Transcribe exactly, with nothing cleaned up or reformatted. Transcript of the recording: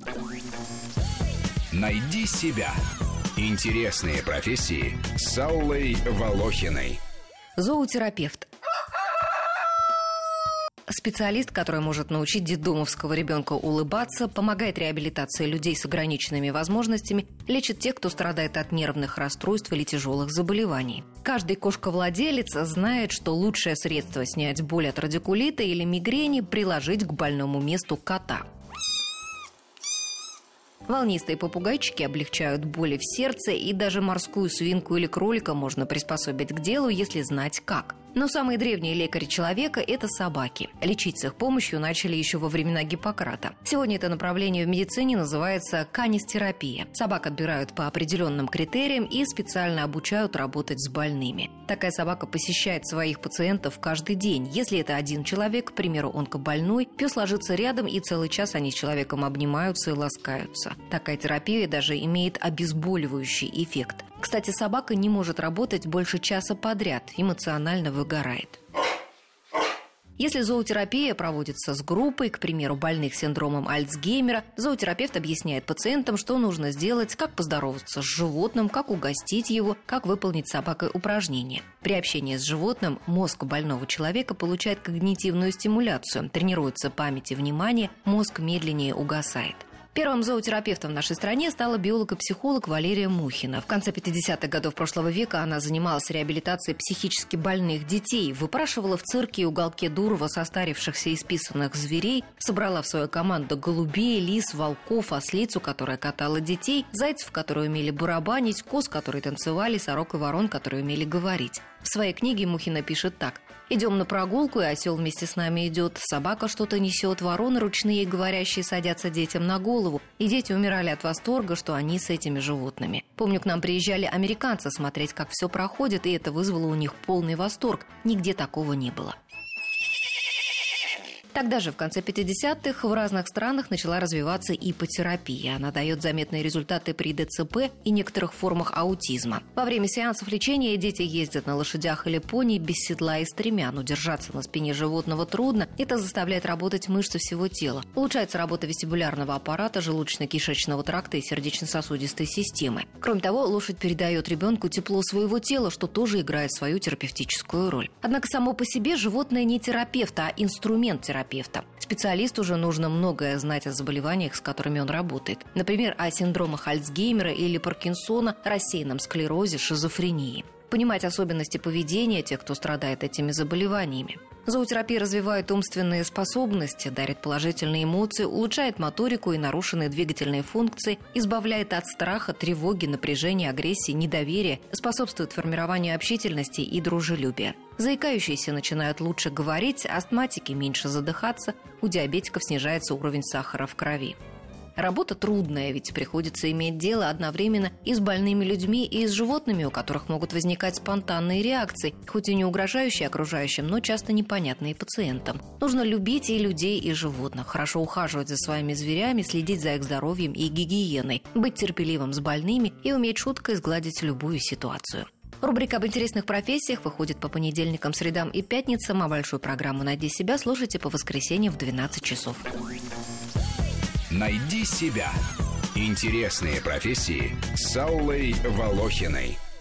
Найди себя. Интересные профессии с Аллой Волохиной. Зоотерапевт. Специалист, который может научить детдомовского ребенка улыбаться, помогает реабилитации людей с ограниченными возможностями, лечит тех, кто страдает от нервных расстройств или тяжелых заболеваний. Каждый кошковладелец знает, что лучшее средство снять боль от радикулита или мигрени – приложить к больному месту кота. Волнистые попугайчики облегчают боли в сердце, и даже морскую свинку или кролика можно приспособить к делу, если знать как. Но самые древние лекари человека – это собаки. Лечить с их помощью начали еще во времена Гиппократа. Сегодня это направление в медицине называется канистерапия. Собак отбирают по определенным критериям и специально обучают работать с больными. Такая собака посещает своих пациентов каждый день. Если это один человек, к примеру, онкобольной, пес ложится рядом, и целый час они с человеком обнимаются и ласкаются. Такая терапия даже имеет обезболивающий эффект. Кстати, собака не может работать больше часа подряд, эмоционально выгорает. Если зоотерапия проводится с группой, к примеру, больных синдромом Альцгеймера, зоотерапевт объясняет пациентам, что нужно сделать, как поздороваться с животным, как угостить его, как выполнить с собакой упражнения. При общении с животным мозг больного человека получает когнитивную стимуляцию, тренируется память и внимание, мозг медленнее угасает. Первым зоотерапевтом в нашей стране стала биолог и психолог Валерия Мухина. В конце пятидесятых годов прошлого века она занималась реабилитацией психически больных детей, выпрашивала в цирке и уголке Дурова состарившихся и списанных зверей, собрала в свою команду голубей, лис, волков, ослицу, которая катала детей, зайцев, которые умели барабанить, коз, которые танцевали, сорок и ворон, которые умели говорить. В своей книге Мухина пишет так: «Идем на прогулку, и осел вместе с нами идет. Собака что-то несет, вороны ручные и говорящие садятся детям на голову. И дети умирали от восторга, что они с этими животными. Помню, к нам приезжали американцы смотреть, как все проходит, и это вызвало у них полный восторг. Нигде такого не было». Тогда же, в конце пятидесятых, в разных странах начала развиваться ипотерапия. Она дает заметные результаты при ДЦП и некоторых формах аутизма. Во время сеансов лечения дети ездят на лошадях или пони без седла и стремян. Удержаться на спине животного трудно. Это заставляет работать мышцы всего тела. Улучшается работа вестибулярного аппарата, желудочно-кишечного тракта и сердечно-сосудистой системы. Кроме того, лошадь передает ребенку тепло своего тела, что тоже играет свою терапевтическую роль. Однако само по себе животное не терапевт, а инструмент терапии. Специалисту же нужно многое знать о заболеваниях, с которыми он работает. Например, о синдромах Альцгеймера или Паркинсона, рассеянном склерозе, шизофрении. Понимать особенности поведения тех, кто страдает этими заболеваниями. Зоотерапия развивает умственные способности, дарит положительные эмоции, улучшает моторику и нарушенные двигательные функции, избавляет от страха, тревоги, напряжения, агрессии, недоверия, способствует формированию общительности и дружелюбия. Заикающиеся начинают лучше говорить, астматики меньше задыхаться, у диабетиков снижается уровень сахара в крови. Работа трудная, ведь приходится иметь дело одновременно и с больными людьми, и с животными, у которых могут возникать спонтанные реакции, хоть и не угрожающие окружающим, но часто непонятные пациентам. Нужно любить и людей, и животных, хорошо ухаживать за своими зверями, следить за их здоровьем и гигиеной, быть терпеливым с больными и уметь шуткой сгладить любую ситуацию. Рубрика об интересных профессиях выходит по понедельникам, средам и пятницам, а большую программу «Найди себя» слушайте по воскресеньям в двенадцать часов. Найди себя. Интересные профессии с Аллой Волохиной.